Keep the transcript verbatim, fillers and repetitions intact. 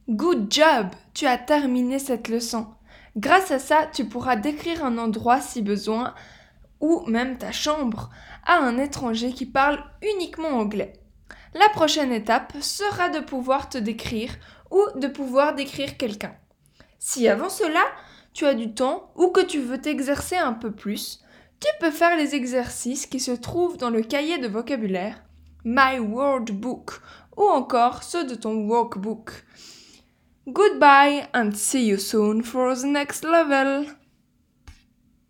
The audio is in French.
Good job! Tu as terminé cette leçon. Grâce à ça, tu pourras décrire un endroit si besoin, ou même ta chambre, à un étranger qui parle uniquement anglais. La prochaine étape sera de pouvoir te décrire ou de pouvoir décrire quelqu'un. Si avant cela, tu as du temps ou que tu veux t'exercer un peu plus, tu peux faire les exercices qui se trouvent dans le cahier de vocabulaire, My Word Book, ou encore ceux de ton workbook. Goodbye and see you soon for the next level.